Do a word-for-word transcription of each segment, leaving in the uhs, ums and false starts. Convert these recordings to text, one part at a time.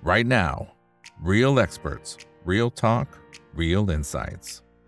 right now. Real experts, real talk, real insights.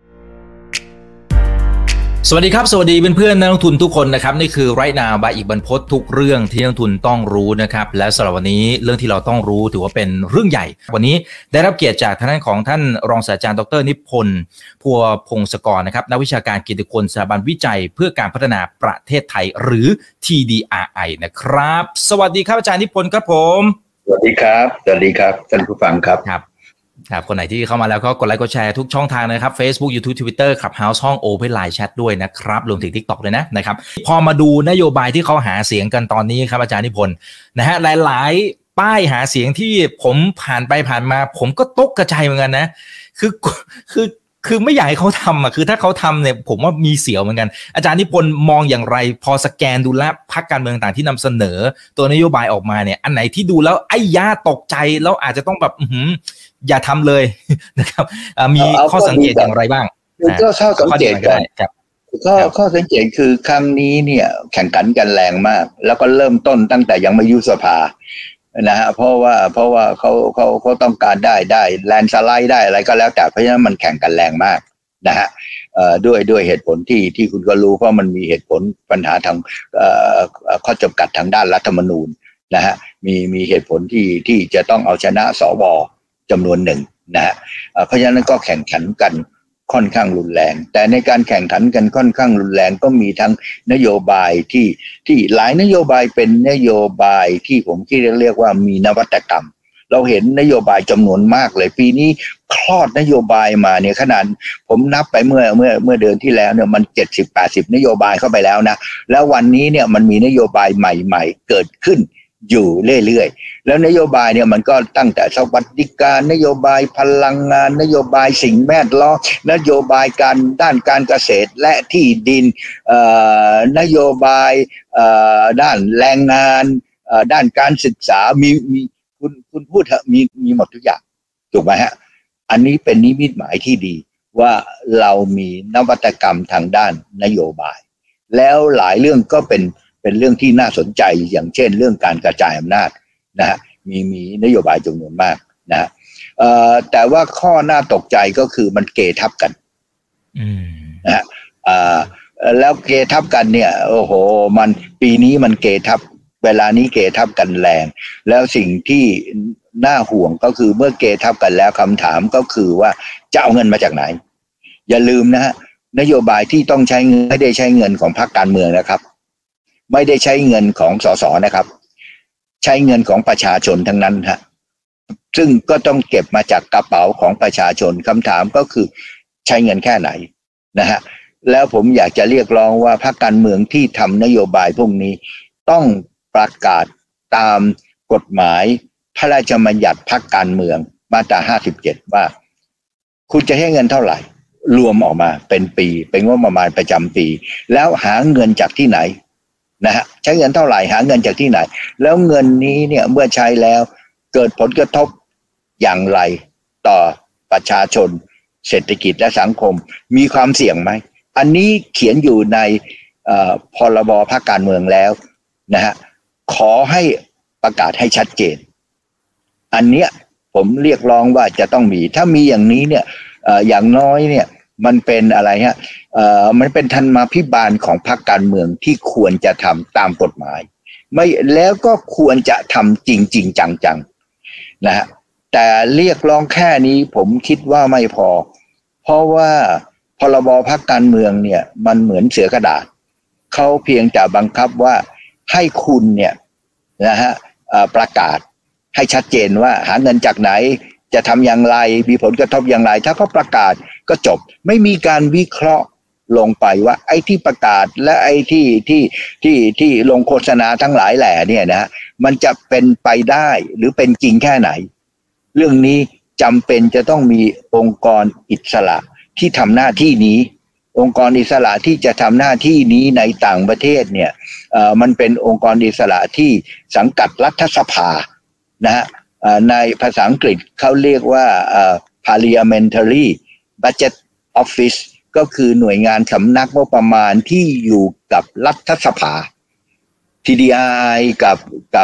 สวัสดีครับสวัสดีเพื่อนๆนักลงทุนทุกคนนะครับนี่คือ Right Now บายอีกบรรพตทุกเรื่องที่นักลงทุนต้องรู้นะครับและสำหรับวันนี้เรื่องที่เราต้องรู้ถือว่าเป็นเรื่องใหญ่วันนี้ได้รับเกียรติจากทางด้านของท่านรองศาสตราจารย์ดรนิพนธ์พัวพงศกรนะครับนักวิชาการเกียรติคุณสถาบันวิจัยเพื่อการพัฒนาประเทศไทยหรือ ที ดี อาร์ ไอ นะครับสวัสดีครับอาจารย์นิพนธ์ครับผมสวัสดีครับสวัสดีครับท่านผู้ฟังครับครับครับคนไหนที่เข้ามาแล้วก็กดไลค์กดแชร์ทุกช่องทางนะครับ Facebook YouTube Twitter Clubhouse ห้อง Open Line Chat ด้วยนะครับรวมถึง TikTok ด้วยนะนะครับพอมาดูนโยบายที่เขาหาเสียงกันตอนนี้ครับอาจารย์นิพนธ์นะฮะหลายๆป้ายหาเสียงที่ผมผ่านไปผ่านมาผมก็ตกกระจายเหมือนกันนะคือคือคือไม่อยากให้เขาทำอ่ะคือถ้าเขาทำเนี่ยผมว่ามีเสียวเหมือนกันอาจารย์นิพนธ์มองอย่างไรพอสแกนดูแลพรรคการเมืองต่างที่นำเสนอตัวนโยบายออกมาเนี่ยอันไหนที่ดูแล้วไอ้ยาตกใจแล้วอาจจะต้องแบบอืออย่าทำเลยนะครับมีข้อสังเกตอย่างไรบ้างก็ข้อสังเกตกันก็ข้อสังเกตคือครั้งนี้เนี่ยแข่งขันกันแรงมากแล้วก็เริ่มต้นตั้งแต่ยังไม่ยุบสภานะฮะเพราะว่าเพราะว่าเขาเขาเขาต้องการได้ได้แลนสไลด์ได้อะไรก็แล้วแต่เพราะฉะนั้นมันแข่งกันแรงมากนะฮะเอ่อด้วยด้วยเหตุผลที่ที่คุณก็รู้เพราะมันมีเหตุผลปัญหาทางเอ่อข้อจำกัดทางด้านรัฐธรรมนูญนะฮะมีมีเหตุผลที่ที่จะต้องเอาชนะสวจำนวนหนึ่งนะฮะเพราะฉะนั้นก็แข่งขันกันค่อนข้างรุนแรงแต่ในการแข่งขันกันค่อนข้างรุนแรงก็มีทั้งนโยบายที่ที่หลายนโยบายเป็นนโยบายที่ผมที่เรียกว่ามีนวัตกรรมเราเห็นนโยบายจำนวนมากเลยปีนี้คลอดนโยบายมาเนี่ยขนาดผมนับไปเมื่อเมื่อเมื่อเดือนที่แล้วเนี่ยมันเจ็ดสิบ แปดสิบนโยบายเข้าไปแล้วนะแล้ววันนี้เนี่ยมันมีนโยบายใหม่ๆเกิดขึ้นอยู่เรื่อยๆแล้วนโยบายเนี่ยมันก็ตั้งแต่สวัสดิการนโยบายพลังงานนโยบายสิ่งแวดล้อมนโยบายการด้านการเกษตรและที่ดินนโยบายด้านแรงงานด้านการศึกษามีมีคุณคุณพูดเถอะมีมีหมดทุกอย่างถูกไหมฮะอันนี้เป็นนิมิตหมายที่ดีว่าเรามีนวัตกรรมทางด้านนโยบายแล้วหลายเรื่องก็เป็นเป็นเรื่องที่น่าสนใจอย่างเช่นเรื่องการกระจายอำนาจนะฮะมีมีนโยบายจำนวนมากนะฮะแต่ว่าข้อน่าตกใจก็คือมันเกทับกันนะฮะแล้วเกทับกันเนี่ยโอ้โหมันปีนี้มันเกทับเวลานี้เกทับกันแรงแล้วสิ่งที่น่าห่วงก็คือเมื่อเกทับกันแล้วคำถามก็คือว่าจะเอาเงินมาจากไหนอย่าลืมนะฮะนโยบายที่ต้องใช้เงินไม่ได้ใช้เงินของพรรคการเมืองนะครับไม่ได้ใช้เงินของสสนะครับใช้เงินของประชาชนทั้งนั้นฮะซึ่งก็ต้องเก็บมาจากกระเป๋าของประชาชนคำถามก็คือใช้เงินแค่ไหนนะฮะแล้วผมอยากจะเรียกร้องว่าพรรคการเมืองที่ทำนโยบายพวกนี้ต้องประกาศตามกฎหมายพระราชบัญญัติพรรคการเมืองมาตราห้าสิบเจ็ดว่าคุณจะให้เงินเท่าไหร่รวมออกมาเป็นปีเป็นงบประมาณประจำปีแล้วหาเงินจากที่ไหนนะฮะใช้เงินเท่าไหร่หาเงินจากที่ไหนแล้วเงินนี้เนี่ยเมื่อใช้แล้วเกิดผลกระทบอย่างไรต่อประชาชนเศรษฐกิจและสังคมมีความเสี่ยงไหมอันนี้เขียนอยู่ในพรบพรรคการเมืองแล้วนะฮะขอให้ประกาศให้ชัดเจนอันเนี้ยผมเรียกร้องว่าจะต้องมีถ้ามีอย่างนี้เนี่ยอย่างน้อยเนี่ยมันเป็นอะไรฮะเอ่อมันเป็นธรรมาภิบาลของพรรคการเมืองที่ควรจะทำตามกฎหมายไม่แล้วก็ควรจะทำจริงๆจังๆนะฮะแต่เรียกร้องแค่นี้ผมคิดว่าไม่พอเพราะว่าพรบพรรคการเมืองเนี่ยมันเหมือนเสือกระดาษเขาเพียงแต่บังคับว่าให้คุณเนี่ยนะฮะประกาศให้ชัดเจนว่าหาเงินจากไหนจะทำอย่างไรมีผลกระทบอย่างไรถ้าเขาประกาศก็จบไม่มีการวิเคราะห์ลงไปว่าไอ้ที่ประกาศและไอ้ที่ที่ที่ที่ลงโฆษณาทั้งหลายแหล่เนี่ยนะมันจะเป็นไปได้หรือเป็นจริงแค่ไหนเรื่องนี้จำเป็นจะต้องมีองค์กรอิสระที่ทำหน้าที่นี้องค์กรอิสระที่จะทำหน้าที่นี้ในต่างประเทศเนี่ยเอ่อมันเป็นองค์กรอิสระที่สังกัดรัฐสภานะฮะในภาษาอังกฤษเขาเรียกว่า parliamentary budget office ก็คือหน่วยงานสำนักงบประมาณที่อยู่กับรัฐสภา ที ดี อาร์ ไอ กับกับ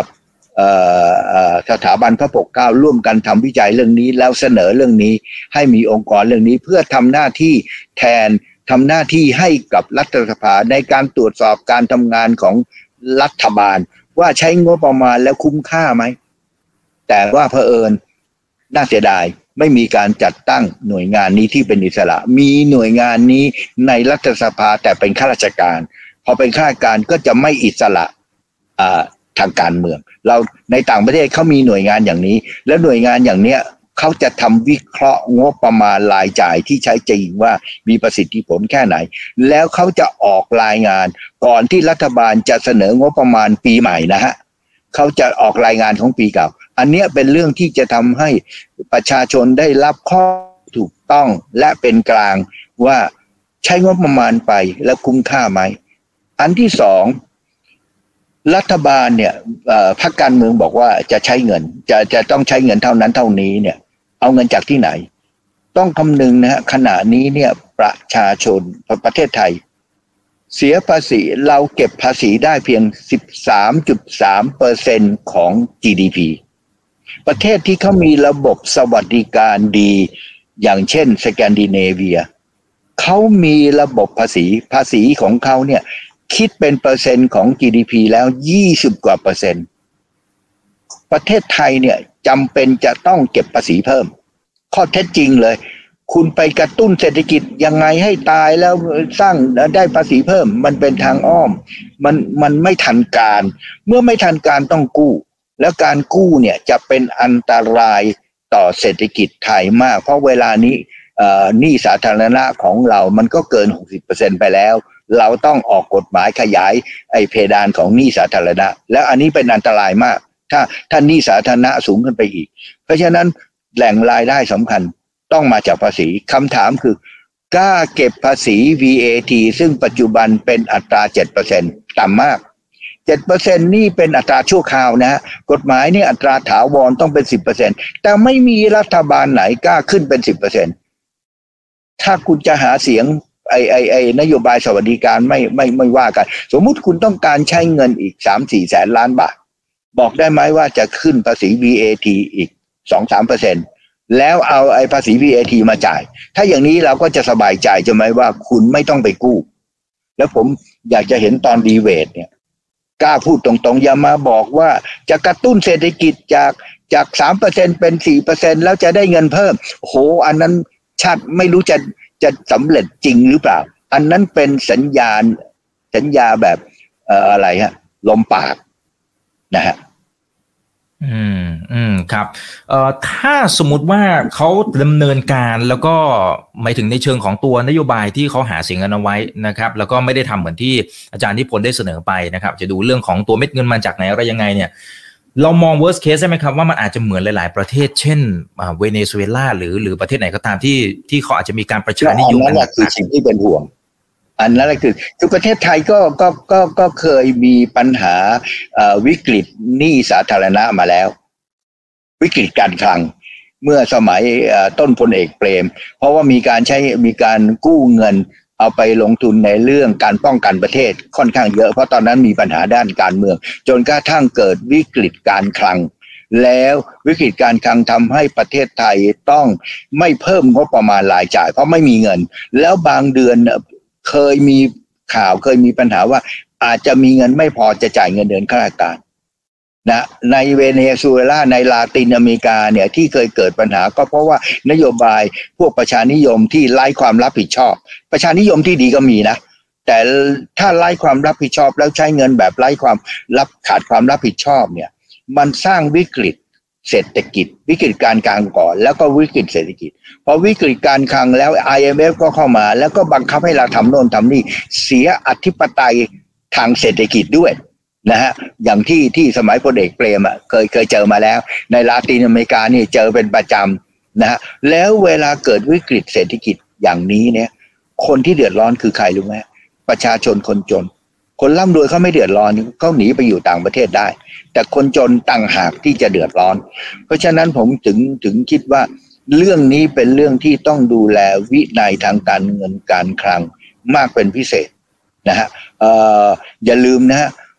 สถาบันพระปกเกล้าร่วมกันทำวิจัยเรื่องนี้แล้วเสนอเรื่องนี้ให้มีองค์กรเรื่องนี้เพื่อทำหน้าที่แทนทำหน้าที่ให้กับรัฐสภาในการตรวจสอบการทำงานของรัฐบาลว่าใช้งบประมาณแล้วคุ้มค่าไหมแต่ว่าเผอิญน่าเสียดายไม่มีการจัดตั้งหน่วยงานนี้ที่เป็นอิสระมีหน่วยงานนี้ในรัฐสภาแต่เป็นข้าราชการพอเป็นข้าราชการก็จะไม่อิสระทางการเมืองเราในต่างประเทศเขามีหน่วยงานอย่างนี้แล้วหน่วยงานอย่างเนี้ยเขาจะทำวิเคราะห์งบประมาณรายจ่ายที่ใช้จริงว่ามีประสิทธิผลแค่ไหนแล้วเขาจะออกรายงานก่อนที่รัฐบาลจะเสนองบประมาณปีใหม่นะฮะเขาจะออกรายงานของปีเก่าอันนี้เป็นเรื่องที่จะทำให้ประชาชนได้รับข้อถูกต้องและเป็นกลางว่าใช้งบประมาณไปแล้วคุ้มค่าไหมอันที่สองรัฐบาลเนี่ยพรรคการเมืองบอกว่าจะใช้เงินจะจะต้องใช้เงินเท่านั้นเท่านี้เนี่ยเอาเงินจากที่ไหนต้องคำนึงนะฮะขณะนี้เนี่ยประชาชนประเทศไทยเสียภาษีเราเก็บภาษีได้เพียง สิบสามจุดสามเปอร์เซ็นต์ ของ จี ดี พี ประเทศที่เขามีระบบสวัสดิการดีอย่างเช่นสแกนดิเนเวียเขามีระบบภาษีภาษีของเขาเนี่ยคิดเป็นเปอร์เซ็นต์ของ จี ดี พี แล้วยี่สิบกว่าเปอร์เซ็นต์ประเทศไทยเนี่ยจำเป็นจะต้องเก็บภาษีเพิ่มข้อเท็จจริงเลยคุณไปกระตุ้นเศรษฐกิจยังไงให้ตายแล้วสร้างได้ภาษีเพิ่มมันเป็นทางอ้อมมันมันไม่ทันการเมื่อไม่ทันการต้องกู้แล้วการกู้เนี่ยจะเป็นอันตรายต่อเศรษฐกิจไทยมากเพราะเวลานี้หนี้สาธารณะของเรามันก็เกิน หกสิบเปอร์เซ็นต์ ไปแล้วเราต้องออกกฎหมายขยายไอ้เพดานของหนี้สาธารณะแล้วอันนี้เป็นอันตรายมากถ้าถ้าหนี้สาธารณะสูงขึ้นไปอีกเพราะฉะนั้นแหล่งรายได้สำคัญต้องมาจากภาษีคำถามคือกล้าเก็บภาษี วี เอ ที ซึ่งปัจจุบันเป็นอัตรา เจ็ดเปอร์เซ็นต์ ต่ำมาก เจ็ดเปอร์เซ็นต์ นี่เป็นอัตราชั่วคราวนะฮะกฎหมายนี่อัตราถาวรต้องเป็น สิบเปอร์เซ็นต์ แต่ไม่มีรัฐบาลไหนกล้าขึ้นเป็น สิบเปอร์เซ็นต์ ถ้าคุณจะหาเสียงไอ้ไอ้ไอ้นโยบายสวัสดิการไม่ไม่ไม่ว่ากันสมมุติคุณต้องการใช้เงินอีก สามถึงสี่ แสนล้านบาทบอกได้ไหมว่าจะขึ้นภาษี วี เอ ที อีก สองถึงสามเปอร์เซ็นต์ แล้วเอาไอ้ภาษี วี เอ ที มาจ่ายถ้าอย่างนี้เราก็จะสบายใจใช่ไหมว่าคุณไม่ต้องไปกู้แล้วผมอยากจะเห็นตอนดีเวทเนี่ยกล้าพูดตรงๆอย่ามาบอกว่าจะกระตุ้นเศรษฐกิจจากจาก สามเปอร์เซ็นต์ เป็น สี่เปอร์เซ็นต์ แล้วจะได้เงินเพิ่มโหอันนั้นชาติไม่รู้จะจะสำเร็จจริงหรือเปล่าอันนั้นเป็นสัญญาณสัญญาแบบเอ่ออะไรฮะลมปากนะฮะอืมอืมครับเอ่อถ้าสมมุติว่าเขาดำเนินการแล้วก็หมายถึงในเชิงของตัวนโยบายที่เขาหาเสียงกันเอาไว้นะครับแล้วก็ไม่ได้ทำเหมือนที่อาจารย์นิพนธ์ได้เสนอไปนะครับจะดูเรื่องของตัวเม็ดเงินมาจากไหนอะไรยังไงเนี่ยเรามอง worst case ได้ไหมครับว่ามันอาจจะเหมือนหลายๆประเทศเช่นเวเนซุเอลาหรือหรือประเทศไหนก็ตามที่ที่เขาอาจจะมีการประชานิยมนั่นแหละคือสิ่งที่เป็นห่วงอันนั้นแหละคือคือประเทศไทยก็ก็ก็ก็เคยมีปัญหาวิกฤตหนี้สาธารณะมาแล้ววิกฤตการคลังเมื่อสมัยต้นพลเอกเปรมเพราะว่ามีการใช้มีการกู้เงินเอาไปลงทุนในเรื่องการป้องกันประเทศค่อนข้างเยอะเพราะตอนนั้นมีปัญหาด้านการเมืองจนกระทั่งเกิดวิกฤตการคลังแล้ววิกฤตการคลังทำให้ประเทศไทยต้องไม่เพิ่มงบประมาณรายจ่ายเพราะไม่มีเงินแล้วบางเดือนเคยมีข่าวเคยมีปัญหาว่าอาจจะมีเงินไม่พอจะจ่ายเงินเดือนข้าราชการนะในเวเนซุเอลาในลาตินอเมริกาเนี่ยที่เคยเกิดปัญหาก็เพราะว่านโยบายพวกประชานิยมที่ไร้ความรับผิดชอบประชานิยมที่ดีก็มีนะแต่ถ้าไร้ความรับผิดชอบแล้วใช้เงินแบบไร้ความรับขาดความรับผิดชอบเนี่ยมันสร้างวิกฤตเศรษฐกิจวิกฤตการคลังก่อนแล้วก็วิกฤตเศรษฐกิจพอวิกฤตการคลังแล้ว ไอ เอ็ม เอฟ ก็เข้ามาแล้วก็บังคับให้เราทำโน่นทำนี่เสียอธิปไตยทางเศรษฐกิจด้วยนะฮะอย่างที่ที่สมัยพลเอกเปรมอ่ะเคยเคยเจอมาแล้วในลาตินอเมริกานี่เจอเป็นประจำนะฮะแล้วเวลาเกิดวิกฤตเศรษฐกิจอย่างนี้เนี่ยคนที่เดือดร้อนคือใครรู้ไหมประชาชนคนจนคนร่ำรวยเขาไม่เดือดร้อนเขาหนีไปอยู่ต่างประเทศได้แต่คนจนต่างหากที่จะเดือดร้อนเพราะฉะนั้นผมถึงถึงคิดว่าเรื่องนี้เป็นเรื่องที่ต้องดูแลวินัยทางการเงินการคลังมากเป็นพิเศษนะฮะเอ่ออย่าลืมนะฮะค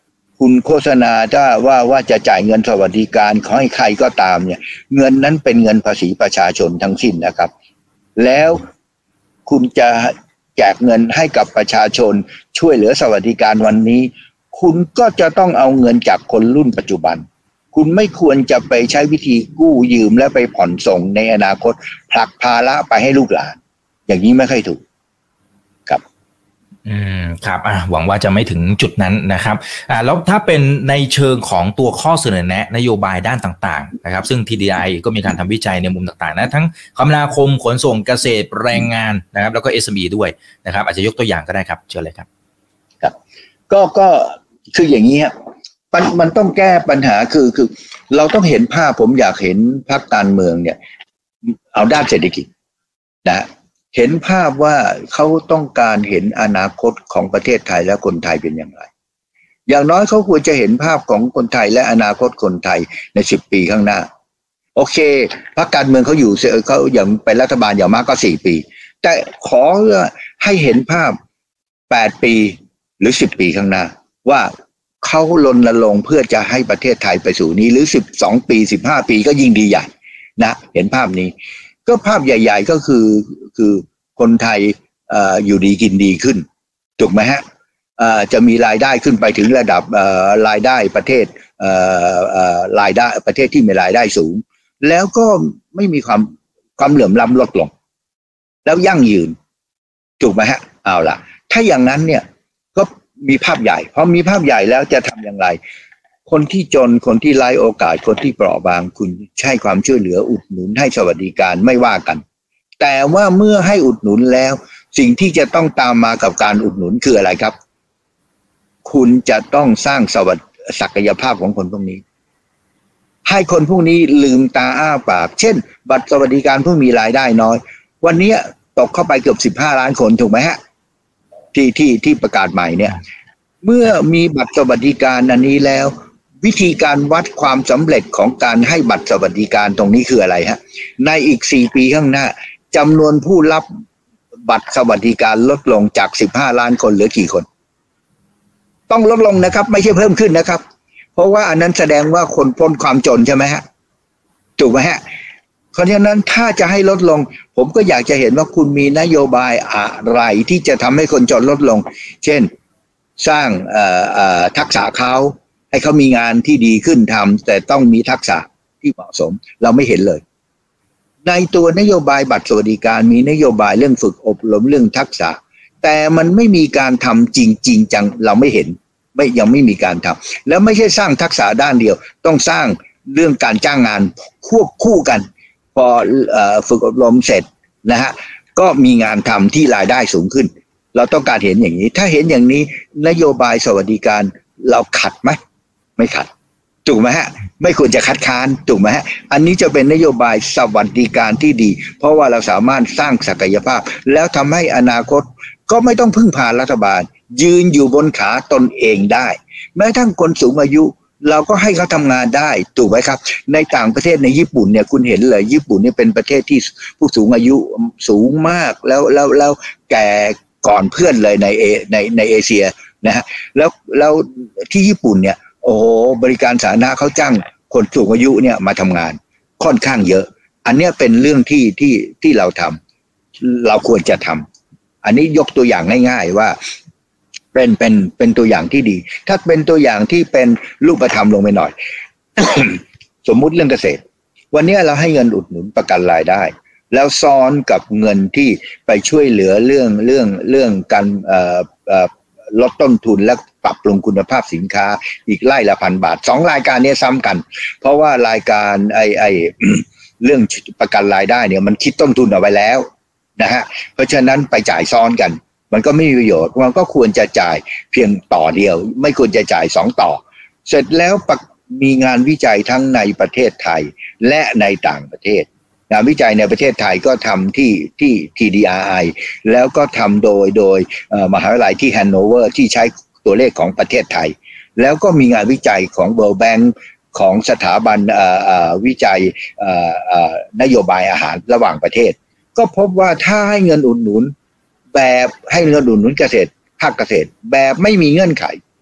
คุณโฆษณาถ้าว่าว่าจะจ่ายเงินสวัสดิการขอให้ใครก็ตามเนี่ยเงินนั้นเป็นเงินภาษีประชาชนทั้งสิ้นนะครับแล้วคุณจะแจกเงินให้กับประชาชนช่วยเหลือสวัสดิการวันนี้คุณก็จะต้องเอาเงินจากคนรุ่นปัจจุบันคุณไม่ควรจะไปใช้วิธีกู้ยืมและไปผ่อนส่งในอนาคตผลักภาระไปให้ลูกหลานอย่างนี้ไม่ค่อยถูกครับอืมครับอ่ะหวังว่าจะไม่ถึงจุดนั้นนะครับอ่าแล้วถ้าเป็นในเชิงของตัวข้อเสนอแนะนโยบายด้านต่างๆนะครับซึ่ง ที ดี ไอ ก็มีการทำวิจัยในมุมต่างๆนะทั้งคมนาคมขนส่งเกษตรแรงงานนะครับแล้วก็ เอส เอ็ม อี ด้วยนะครับอาจจะยกตัวอย่างก็ได้ครับเชิญเลยครับครับก็ก็คืออย่างนี้ครับมันมันต้องแก้ปัญหาคือคือเราต้องเห็นภาพผมอยากเห็นพรรคการเมืองเนี่ยเอาด้านเศรษฐกิจนะเห็นภาพว่าเขาต้องการเห็นอนาคตของประเทศไทยและคนไทยเป็นอย่างไรอย่างน้อยเขาควรจะเห็นภาพของคนไทยและอนาคตคนไทยในสิบปีข้างหน้าโอเคพรรคการเมืองเขาอยู่เขาอย่างเป็นรัฐบาลอย่างมากก็สี่ปีแต่ขอให้เห็นภาพแปดปีหรือสิบปีข้างหน้าว่าเขารณรงค์เพื่อจะให้ประเทศไทยไปสู่นี้หรือสิบสองปีสิบห้าปีก็ยิ่งดีใหญ่นะเห็นภาพนี้ก็ภาพใหญ่ๆก็คือคือคนไทยเอ่ออยู่ดีกินดีขึ้นถูกไหมฮะเอ่อจะมีรายได้ขึ้นไปถึงระดับเอ่อรายได้ประเทศเอ่อเอ่อรายได้ประเทศที่มีรายได้สูงแล้วก็ไม่มีความความเหลื่อมล้ำลดลงแล้วยั่งยืนถูกไหมฮะเอาล่ะถ้าอย่างนั้นเนี่ยก็มีภาพใหญ่พอมีภาพใหญ่แล้วจะทำอย่างไรคนที่จนคนที่ไร้โอกาสคนที่เปราะบางคุณให้ความช่วยเหลืออุดหนุนให้สวัสดิการไม่ว่ากันแต่ว่าเมื่อให้อุดหนุนแล้วสิ่งที่จะต้องตามมากับการอุดหนุนคืออะไรครับคุณจะต้องสร้างสวัสดิศักยภาพของคนพวกนี้ให้คนพวกนี้ลืมตาอ้าปากเช่นบัตรสวัสดิการผู้มีรายได้น้อยวันนี้ตกเข้าไปเกือบสิบห้าล้านคนถูกไหมฮะที่ที่ที่ประกาศใหม่เนี่ยเมื่อมีบัตรสวัสดิการอันนี้แล้ววิธีการวัดความสำเร็จของการให้บัตรสวัสดิการตรงนี้คืออะไรฮะในอีกสี่ปีข้างหน้าจำนวนผู้รับบัตรสวัสดิการลดลงจากสิบห้าล้านคนเหลือกี่คนต้องลดลงนะครับไม่ใช่เพิ่มขึ้นนะครับเพราะว่าอันนั้นแสดงว่าคนพ้นความจนใช่ไหมฮะถูกไหมฮะเพราะฉะนั้นถ้าจะให้ลดลงผมก็อยากจะเห็นว่าคุณมีนโยบายอะไรที่จะทำให้คนจนลดลงเช่นสร้างเอ่อเอ่อทักษะเขาให้เขามีงานที่ดีขึ้นทำแต่ต้องมีทักษะที่เหมาะสมเราไม่เห็นเลยในตัวนโยบายบัตรสวัสดิการมีนโยบายเรื่องฝึกอบรมเรื่องทักษะแต่มันไม่มีการทำจริงๆจังเราไม่เห็นไม่ยังไม่มีการทำแล้วไม่ใช่สร้างทักษะด้านเดียวต้องสร้างเรื่องการจ้างงานควบคู่กันพอเอ่อฝึกอบรมเสร็จนะฮะก็มีงานทำที่รายได้สูงขึ้นเราต้องการเห็นอย่างนี้ถ้าเห็นอย่างนี้นโยบายสวัสดิการเราขัดไหมไม่ขัดถูกไหมฮะไม่ควรจะคัดค้านถูกไหมฮะอันนี้จะเป็นนโยบายสวัสดิการที่ดีเพราะว่าเราสามารถสร้างศักยภาพแล้วทำให้อนาคตก็ไม่ต้องพึ่งพารัฐบาลยืนอยู่บนขาตนเองได้แม้ทั้งคนสูงอายุเราก็ให้เขาทำงานได้ถูกไหมครับในต่างประเทศในญี่ปุ่นเนี่ยคุณเห็นเลยญี่ปุ่นเนี่ยเป็นประเทศที่ผู้สูงอายุสูงมากแล้วแล้วแล้วแก่ก่อนเพื่อนเลยในเอในในเอเชียนะฮะแล้วแล้วที่ญี่ปุ่นเนี่ยโอ้โหบริการสาธารณะเขาจ้างคนสูงอายุเนี่ยมาทำงานค่อนข้างเยอะอันนี้เป็นเรื่องที่ที่ที่เราทำเราควรจะทำอันนี้ยกตัวอย่างง่ายๆว่าเป็นเป็นเป็นตัวอย่างที่ดีถ้าเป็นตัวอย่างที่เป็นรูปธรรมลงไปหน่อย สมมุติเรื่องเกษตรวันนี้เราให้เงินอุดหนุนประกันรายได้แล้วซ้อนกับเงินที่ไปช่วยเหลือเรื่องเรื่องเรื่องการเอ่อเอ่อลดต้นทุนและปรับปรุงคุณภาพสินค้าอีกไร่ละพันบาทสองรายการนี้ซ้ำกันเพราะว่ารายการไอไอ เรื่องประกันรายได้เนี่ยมันคิดต้นทุนเอาไว้แล้วนะฮะเพราะฉะนั้นไปจ่ายซ้อนกันมันก็ไม่มีประโยชน์มันก็ควรจะจ่ายเพียงต่อเดียวไม่ควรจะจ่ายสองต่อเสร็จแล้วมีงานวิจัยทั้งในประเทศไทยและในต่างประเทศงานวิจัยในประเทศไทยก็ทำที่ที่ ที ดี อาร์ ไอ แล้วก็ทำโดยโดยมหาวิทยาลัยที่แฮนโนเวอร์ที่ใช้ตัวเลขของประเทศไทยแล้วก็มีงานวิจัยของ World Bank ของสถาบันวิจัยนโยบายอาหารระหว่างประเทศก็พบว่าถ้าให้เงินอุดหนุนแบบให้เงินอุดหนุนเกษตรภาคเกษตรแบบไม่มีเงื่อนไข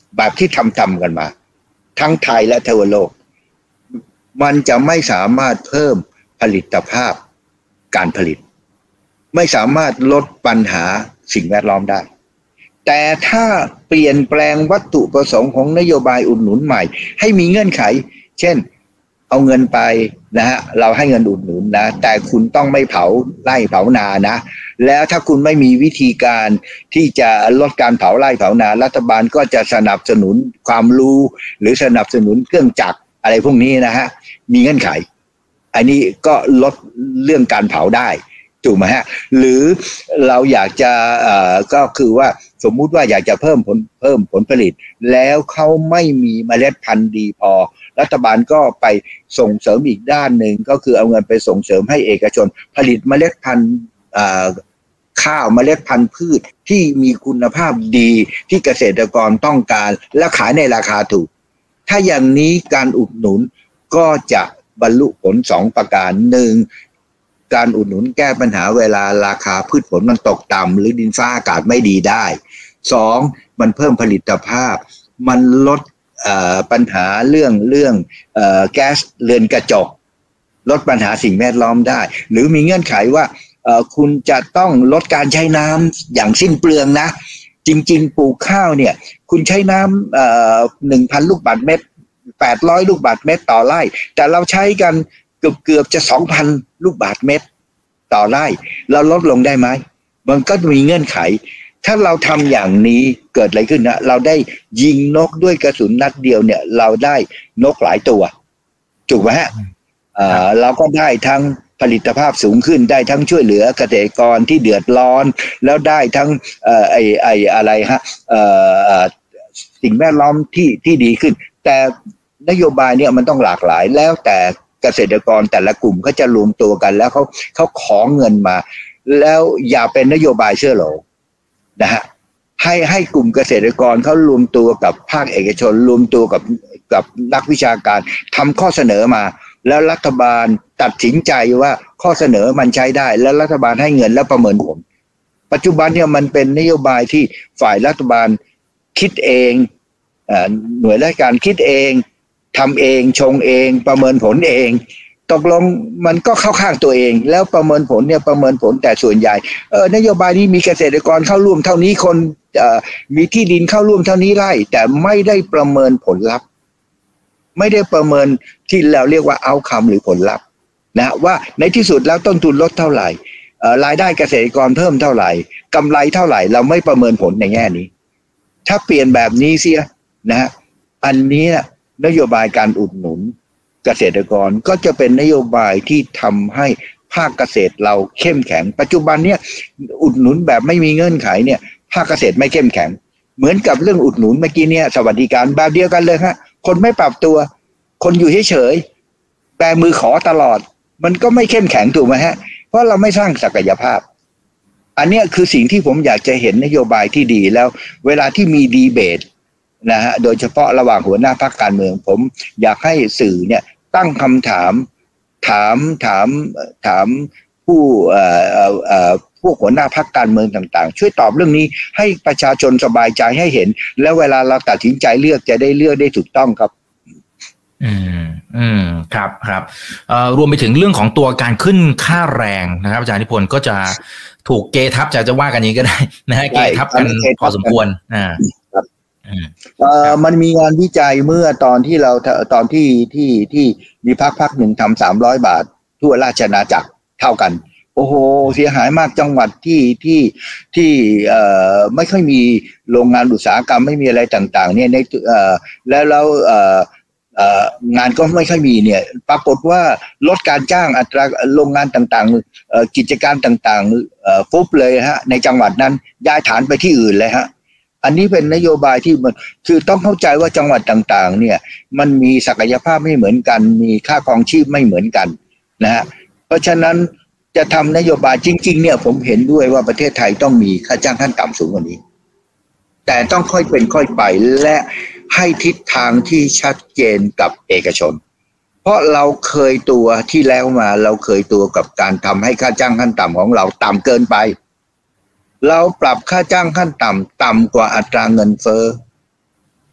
แบบที่ทำทำกันมาทั้งไทยและทั่วโลกมันจะไม่สามารถเพิ่มผลิตภาพการผลิตไม่สามารถลดปัญหาสิ่งแวดล้อมได้แต่ถ้าเปลี่ยนแปลงวัตถุประสงค์ของนโยบายอุดหนุนใหม่ให้มีเงื่อนไขเช่นเอาเงินไปนะฮะเราให้เงินอุดหนุนนะแต่คุณต้องไม่เผาไร่เผานานะแล้วถ้าคุณไม่มีวิธีการที่จะลดการเผาไร่เผานารัฐบาลก็จะสนับสนุนความรู้หรือสนับสนุนเครื่องจักรอะไรพวกนี้นะฮะมีเงื่อนไขอันนี้ก็ลดเรื่องการเผาได้ถูกไหมฮะหรือเราอยากจะเอ่อก็คือว่าสมมุติว่าอยากจะเพิ่มผลเพิ่มผลผลิตแล้วเขาไม่มีเมล็ดพันธุ์ดีพอรัฐบาลก็ไปส่งเสริมอีกด้านหนึ่งก็คือเอาเงินไปส่งเสริมให้เอกชนผลิตเมล็ดพันธุ์ข้าวเมล็ดพันธุ์พืชที่มีคุณภาพดีที่เกษตรกรต้องการและขายในราคาถูกถ้าอย่างนี้การอุดหนุนก็จะบรรลุผลสองประการหนึ่งการอุดหนุนแก้ปัญหาเวลาราคาพืชผลมันตกต่ำหรือดินฟ้าอากาศไม่ดีได้สองมันเพิ่มผลิตภาพมันลดปัญหาเรื่องเรื่องแก๊สเรือนกระจกลดปัญหาสิ่งแวดล้อมได้หรือมีเงื่อนไขว่าคุณจะต้องลดการใช้น้ำอย่างสิ้นเปลืองนะจริงๆปลูกข้าวเนี่ยคุณใช้น้ำหนึ่งพันลูกบาศก์เมตรแปดร้อยลูกบาศก์เมตรต่อไร่แต่เราใช้กันเกือบเกือบจะ สองพัน ลูกบาศก์เมตรต่อไร่เราลดลงได้ไหมมันก็มีเงื่อนไขถ้าเราทำอย่างนี้เกิดอะไรขึ้นนะเราได้ยิงนกด้วยกระสุนนัดเดียวเนี่ยเราได้นกหลายตัวถูกไหมฮะอ่าเราก็ได้ทั้งผลิตภาพสูงขึ้นได้ทั้งช่วยเหลือเกษตรกรที่เดือดร้อนแล้วได้ทั้งเอ่อไอไออะไรฮะเอ่อสิ่งแวดล้อมที่ที่ดีขึ้นแต่นโยบายเนี่ยมันต้องหลากหลายแล้วแต่เกษตรกรแต่ละกลุ่มเขาจะรวมตัวกันแล้วเขาเขาขอเงินมาแล้วอย่าเป็นนโยบายเชื่อโหลนะฮะให้ให้กลุ่มเกษตรกรเขารวมตัวกับภาคเอกชนรวมตัวกับกับนักวิชาการทำข้อเสนอมาแล้วรัฐบาลตัดสินใจว่าข้อเสนอมันใช้ได้แล้วรัฐบาลให้เงินแล้วประเมินผลปัจจุบันเนี่ยมันเป็นนโยบายที่ฝ่ายรัฐบาลคิดเองหน่วยราชการคิดเองทำเองชงเองประเมินผลเองตกลงมันก็เข้าข้างตัวเองแล้วประเมินผลเนี่ยประเมินผลแต่ส่วนใหญ่เออนโยบายนี้มีเกษตรกรเข้าร่วมเท่านี้คนเอ่อมีที่ดินเข้าร่วมเท่านี้ไร่แต่ไม่ได้ประเมินผลลัพธ์ไม่ได้ประเมินที่เราเรียกว่าเอาคำหรือผลลัพธ์นะว่าในที่สุดแล้วต้นทุนลดเท่าไหร่เอ่อรายได้เกษตรกรเพิ่มเท่าไหร่กำไรเท่าไหร่เราไม่ประเมินผลในแง่นี้ถ้าเปลี่ยนแบบนี้เสียนะฮะอันนี้นโยบายการอุดหนุนเกษตรกรก็จะเป็นนโยบายที่ทำให้ภาคเกษตรเราเข้มแข็งปัจจุบันเนี่ยอุดหนุนแบบไม่มีเงื่อนไขเนี่ยภาคเกษตรไม่เข้มแข็งเหมือนกับเรื่องอุดหนุนเมื่อกี้เนี่ยสวัสดิการแบบเดียวกันเลยฮะคนไม่ปรับตัวคนอยู่เฉยๆแบมือขอตลอดมันก็ไม่เข้มแข็งถูกไหมฮะเพราะเราไม่สร้างศักยภาพอันนี้คือสิ่งที่ผมอยากจะเห็นนโยบายที่ดีแล้วเวลาที่มีดีเบตนะฮะโดยเฉพาะระหว่างหัวหน้าพรรคการเมืองผมอยากให้สื่อเนี่ยตั้งคำถามถามถามถามผู้เอ่อเอ่อเอ่อพวกหัวหน้าพรรคการเมืองต่างๆช่วยตอบเรื่องนี้ให้ประชาชนสบายใจให้เห็นแล้วเวลาเราตัดสินใจเลือกจะได้เลือกได้ถูกต้องครับอืมอืมครับครับเอ่อรวมไปถึงเรื่องของตัวการขึ้นค่าแรงนะครับอาจารย์นิพนธ์ก็จะถูกเกทับจะจะว่ากันนี้ก็ได้นะฮะเกทับกันพอสมควรอ่าเอ่อมันมีงานวิจัยเมื่อตอนที่เราตอนที่ที่ที่มีพรรคพรรคหนึ่งทำสามร้อยบาททั่วราชอาณาจักรเท่ากันโอ้โหเสียหายมากจังหวัดที่ที่ที่เอ่อไม่ค่อยมีโรงงานอุตสาหกรรมไม่มีอะไรต่างๆเนี่ยในเอ่อแล้วแล้วเอ่อเอ่องานก็ไม่ค่อยมีเนี่ยปรากฏว่าลดการจ้างอัตราโรงงานต่างๆเอ่อกิจการต่างๆเอ่อฟุบเลยฮะในจังหวัดนั้นย้ายฐานไปที่อื่นเลยฮะอันนี้เป็นนโยบายที่มันคือต้องเข้าใจว่าจังหวัดต่างๆเนี่ยมันมีศักยภาพไม่เหมือนกันมีค่าครองชีพไม่เหมือนกันนะฮะเพราะฉะนั้นจะทำนโยบายจริงๆเนี่ยผมเห็นด้วยว่าประเทศไทยต้องมีค่าจ้างขั้นต่ำสูงกว่านี้แต่ต้องค่อยเป็นค่อยไปและให้ทิศทางที่ชัดเจนกับเอกชนเพราะเราเคยตัวที่แล้วมาเราเคยตัวกับการทำให้ค่าจ้างขั้นต่ำของเราต่ำเกินไปเราปรับค่าจ้างขั้นต่ำต่ำกว่าอัตราเงินเฟ้อ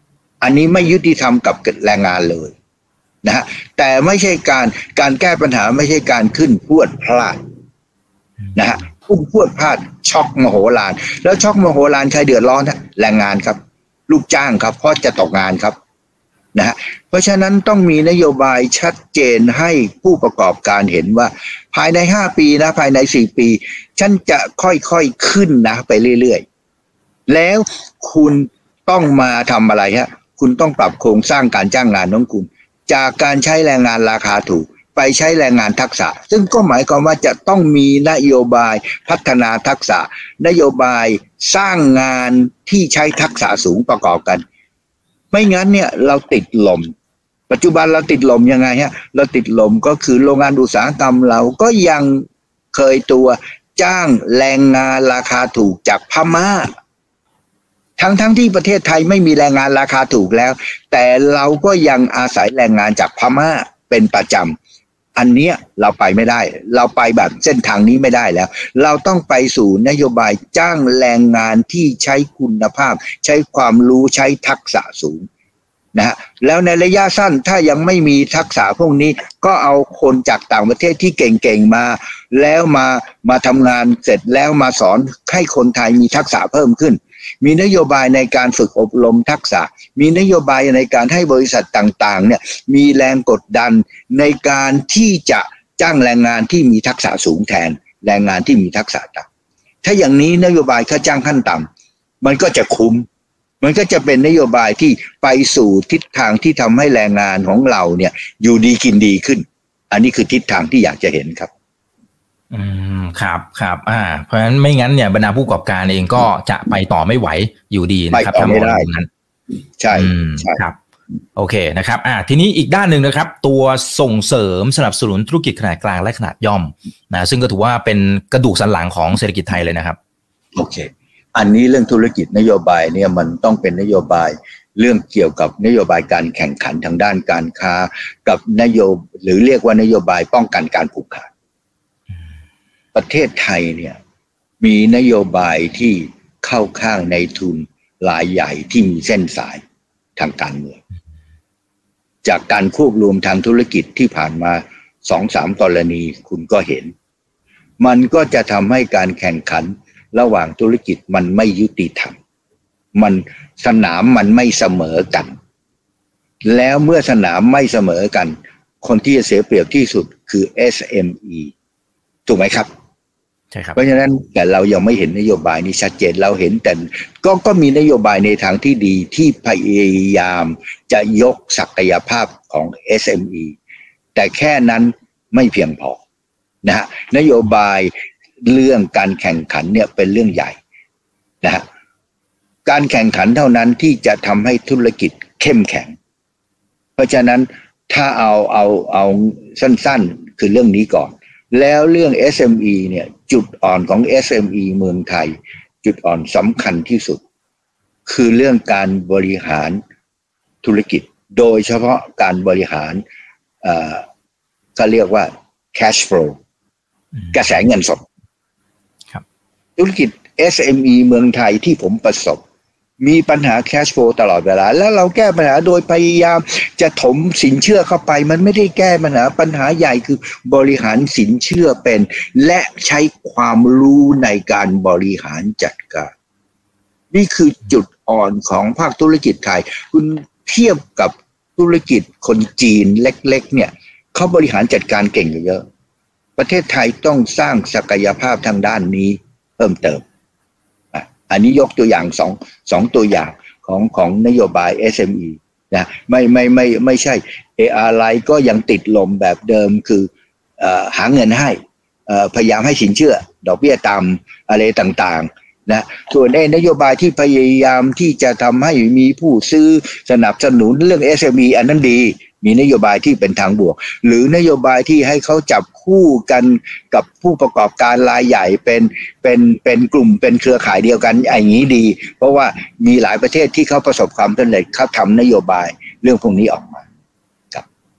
อันนี้ไม่ยุติธรรมกับแรงงานเลยนะฮะแต่ไม่ใช่การการแก้ปัญหาไม่ใช่การขึ้นพรวดพลาดนะฮะขึ้นพรวดพลาดช็อกมโหฬารแล้วช็อกมโหฬารใครเดือดร้อนนะแรงงานครับลูกจ้างครับเพราะจะตกงานครับนะฮะเพราะฉะนั้นต้องมีนโยบายชัดเจนให้ผู้ประกอบการเห็นว่าภายในห้าปีนะภายในสี่ปีฉันจะค่อยๆขึ้นนะไปเรื่อยๆแล้วคุณต้องมาทำอะไรฮะคุณต้องปรับโครงสร้างการจ้างงานของคุณจากการใช้แรงงานราคาถูกไปใช้แรงงานทักษะซึ่งก็หมายความว่าจะต้องมีนโยบายพัฒนาทักษะนโยบายสร้างงานที่ใช้ทักษะสูงประกอบกันไม่งั้นเนี่ยเราติดลมปัจจุบันเราติดลมยังไงฮะเราติดลมก็คือโรงงานอุตสาหกรรมเราก็ยังเคยตัวจ้างแรงงานราคาถูกจากพม่าทั้งทั้งที่ประเทศไทยไม่มีแรงงานราคาถูกแล้วแต่เราก็ยังอาศัยแรงงานจากพม่าเป็นประจำอันเนี้ยเราไปไม่ได้เราไปแบบเส้นทางนี้ไม่ได้แล้วเราต้องไปสู่นโยบายจ้างแรงงานที่ใช้คุณภาพใช้ความรู้ใช้ทักษะสูงนะฮะแล้วในระยะสั้นถ้ายังไม่มีทักษะพวกนี้ก็เอาคนจากต่างประเทศที่เก่งๆมาแล้วมามาทำงานเสร็จแล้วมาสอนให้คนไทยมีทักษะเพิ่มขึ้นมีนโยบายในการฝึกอบรมทักษะมีนโยบายในการให้บริษัทต่างๆเนี่ยมีแรงกดดันในการที่จะจ้างแรงงานที่มีทักษะสูงแทนแรงงานที่มีทักษะต่ำถ้าอย่างนี้นโยบายค่าจ้างขั้นต่ำมันก็จะคุ้มมันก็จะเป็นนโยบายที่ไปสู่ทิศทางที่ทำให้แรงงานของเราเนี่ยอยู่ดีกินดีขึ้นอันนี้คือทิศทางที่อยากจะเห็นครับอืมครับครับอ่าเพราะฉะนั้นไม่งั้นเนี่ยบรรดาผู้ประกอบการเองก็จะไปต่อไม่ไหวอยู่ดีนะครับถ้ามองอย่างนั้นใช่ใช่ครับโอเคนะครับอ่าทีนี้อีกด้านหนึ่งนะครับตัวส่งเสริมสนับสนุนธุรกิจขนาดกลางและขนาดย่อมนะซึ่งก็ถือว่าเป็นกระดูกสันหลังของเศรษฐกิจไทยเลยนะครับโอเคอันนี้เรื่องธุรกิจนโยบายเนี่ยมันต้องเป็นนโยบายเรื่องเกี่ยวกับนโยบายการแข่งขันทางด้านการค้ากับนโยบหรือเรียกว่านโยบายป้องกันการผูกขาดประเทศไทยเนี่ยมีนโยบายที่เข้าข้างในทุนรายใหญ่ที่มีเส้นสายทางการเมืองจากการควบรวมทางธุรกิจที่ผ่านมา สองสาม กรณีคุณก็เห็นมันก็จะทำให้การแข่งขันระหว่างธุรกิจมันไม่ยุติธรรมมันสนามมันไม่เสมอกันแล้วเมื่อสนามไม่เสมอกันคนที่จะเสียเปรียบที่สุดคือ เอส เอ็ม อี ถูกไหมครับใช่ครับเพราะฉะนั้นแต่เรายังไม่เห็นนโยบายนี้ชัดเจนเราเห็นแต่ก็ก็มีนโยบายในทางที่ดีที่พยายามจะยกศักยภาพของ เอส เอ็ม อี แต่แค่นั้นไม่เพียงพอนะฮะนโยบายเรื่องการแข่งขันเนี่ยเป็นเรื่องใหญ่นะฮะการแข่งขันเท่านั้นที่จะทำให้ธุรกิจเข้มแข็งเพราะฉะนั้นถ้าเอาเอาเอาสั้นๆคือเรื่องนี้ก่อนแล้วเรื่อง เอส เอ็ม อี เนี่ยจุดอ่อนของ เอส เอ็ม อี เมืองไทยจุดอ่อนสำคัญที่สุดคือเรื่องการบริหารธุรกิจโดยเฉพาะการบริหารเอ่อก็เรียกว่า cash flow กระแสเงินสดธุรกิจ เอส เอ็ม อี เมืองไทยที่ผมประสบมีปัญหา cash flow ตลอดเวลาแล้วเราแก้ปัญหาโดยพยายามจะถมสินเชื่อเข้าไปมันไม่ได้แก้ปัญหาปัญหาใหญ่คือบริหารสินเชื่อเป็นและใช้ความรู้ในการบริหารจัดการนี่คือจุดอ่อนของภาคธุรกิจไทยคุณเทียบกับธุรกิจคนจีนเล็กๆเนี่ยเขาบริหารจัดการเก่งเยอะประเทศไทยต้องสร้างศักยภาพทางด้านนี้เพิ่มเติมอันนี้ยกตัวอย่างสองสองตัวอย่างของของนโยบาย เอส เอ็ม อี นะไม่ไม่ไม่ไม่ใช่เออะไรก็ยังติดลมแบบเดิมคือเอ่อหาเงินให้เอ่อพยายามให้สินเชื่อดอกเบี้ยต่ำอะไรต่างๆนะส่วนนโยบายที่พยายามที่จะทำให้มีผู้ซื้อสนับสนุนเรื่อง เอส เอ็ม อี อันนั้นดีมีนโยบายที่เป็นทางบวกหรือนโยบายที่ให้เขาจับคู่กันกับผู้ประกอบการรายใหญ่เป็นเป็นเป็นกลุ่มเป็นเครือข่ายเดียวกันอย่างนี้ดีเพราะว่ามีหลายประเทศที่เขาประสบความสำเร็จเขาทำนโยบายเรื่องพวกนี้ออกมาครับ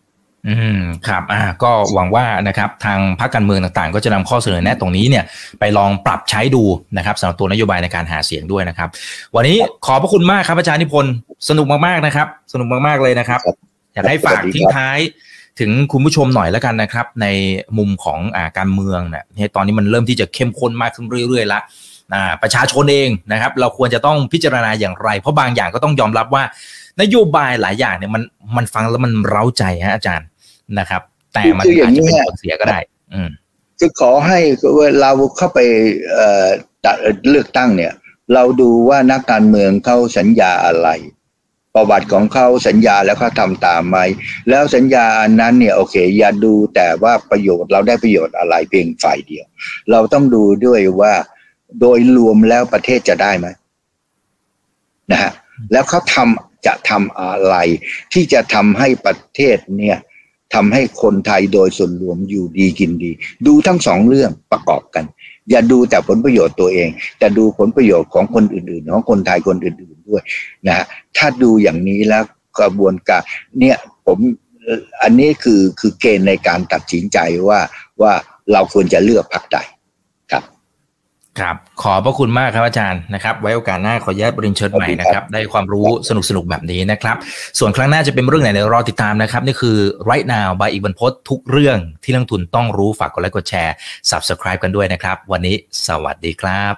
อืมครับอ่าก็หวังว่านะครับทางพรรคการเมืองต่างๆก็จะนำข้อเสนอแนะตรงนี้เนี่ยไปลองปรับใช้ดูนะครับสำหรับตัวนโยบายในการหาเสียงด้วยนะครับวันนี้ขอบพระคุณมากครับอาจารย์นิพนธ์สนุกมากๆนะครับสนุกมากๆเลยนะครับอยากให้ฝากทิ้งท้ายถึงคุณผู้ชมหน่อยแล้วกันนะครับในมุมของอ่าการเมืองเนี่ยตอนนี้มันเริ่มที่จะเข้มข้นมากขึ้นเรื่อยๆละอ่าประชาชนเองนะครับเราควรจะต้องพิจารณาอย่างไรเพราะบางอย่างก็ต้องยอมรับว่านโยบายหลายอย่างเนี่ยมันมันฟังแล้วมันเร้าใจฮะอาจารย์นะครับแต่มันอาจจะเป็นผลเสียก็ได้อืมคือขอให้เวลาเข้าไปเอ่อเลือกตั้งเนี่ยเราดูว่านักการเมืองเขาสัญญาอะไรประวัติของเขาสัญญาแล้วเขาทำตามไหมแล้วสัญญาอันนั้นเนี่ยโอเคอย่าดูแต่ว่าประโยชน์เราได้ประโยชน์อะไรเพียงฝ่ายเดียวเราต้องดูด้วยว่าโดยรวมแล้วประเทศจะได้ไหมนะฮะแล้วเขาทำจะทำอะไรที่จะทำให้ประเทศเนี่ยทำให้คนไทยโดยส่วนรวมอยู่ดีกินดีดูทั้งสองเรื่องประกอบกันอย่าดูแต่ผลประโยชน์ตัวเองแต่ดูผลประโยชน์ของคนอื่นๆของคนไทยคนอื่นๆด้วยนะฮะถ้าดูอย่างนี้แล้วกระบวนการเนี่ยผมอันนี้คือคือเกณฑ์ในการตัดสินใจว่าว่าเราควรจะเลือกพรรคใดครับครับขอบพระคุณมากครับอาจารย์นะครับไว้โอกาสหน้าขออนุญาตเรียนเชิญใหม่นะครับได้ความรู้สนุกๆแบบนี้นะครับส่วนครั้งหน้าจะเป็นเรื่องไหนเดี๋ยวรอติดตามนะครับนี่คือ Right Now by อีกบรรพตทุกเรื่องที่นักทุนต้องรู้ฝากกดไลค์กดแชร์ Subscribe กันด้วยนะครับวันนี้สวัสดีครับ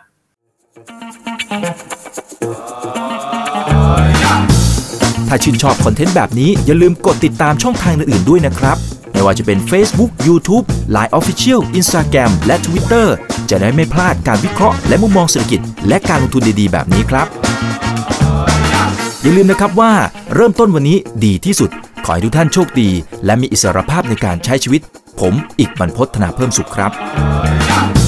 ถ้าชื่นชอบคอนเทนต์แบบนี้อย่าลืมกดติดตามช่องทางอื่นๆด้วยนะครับไม่ว่าจะเป็น Facebook, YouTube, ไลน์ Official, Instagram และ Twitter จะได้ไม่พลาดการวิเคราะห์และมุมมองเศรษฐกิจและการลงทุนดีๆแบบนี้ครับอย่าลืมนะครับว่าเริ่มต้นวันนี้ดีที่สุดขอให้ทุกท่านโชคดีและมีอิสรภาพในการใช้ชีวิตผมอีกบรรพต ธนาเพิ่มสุขครับ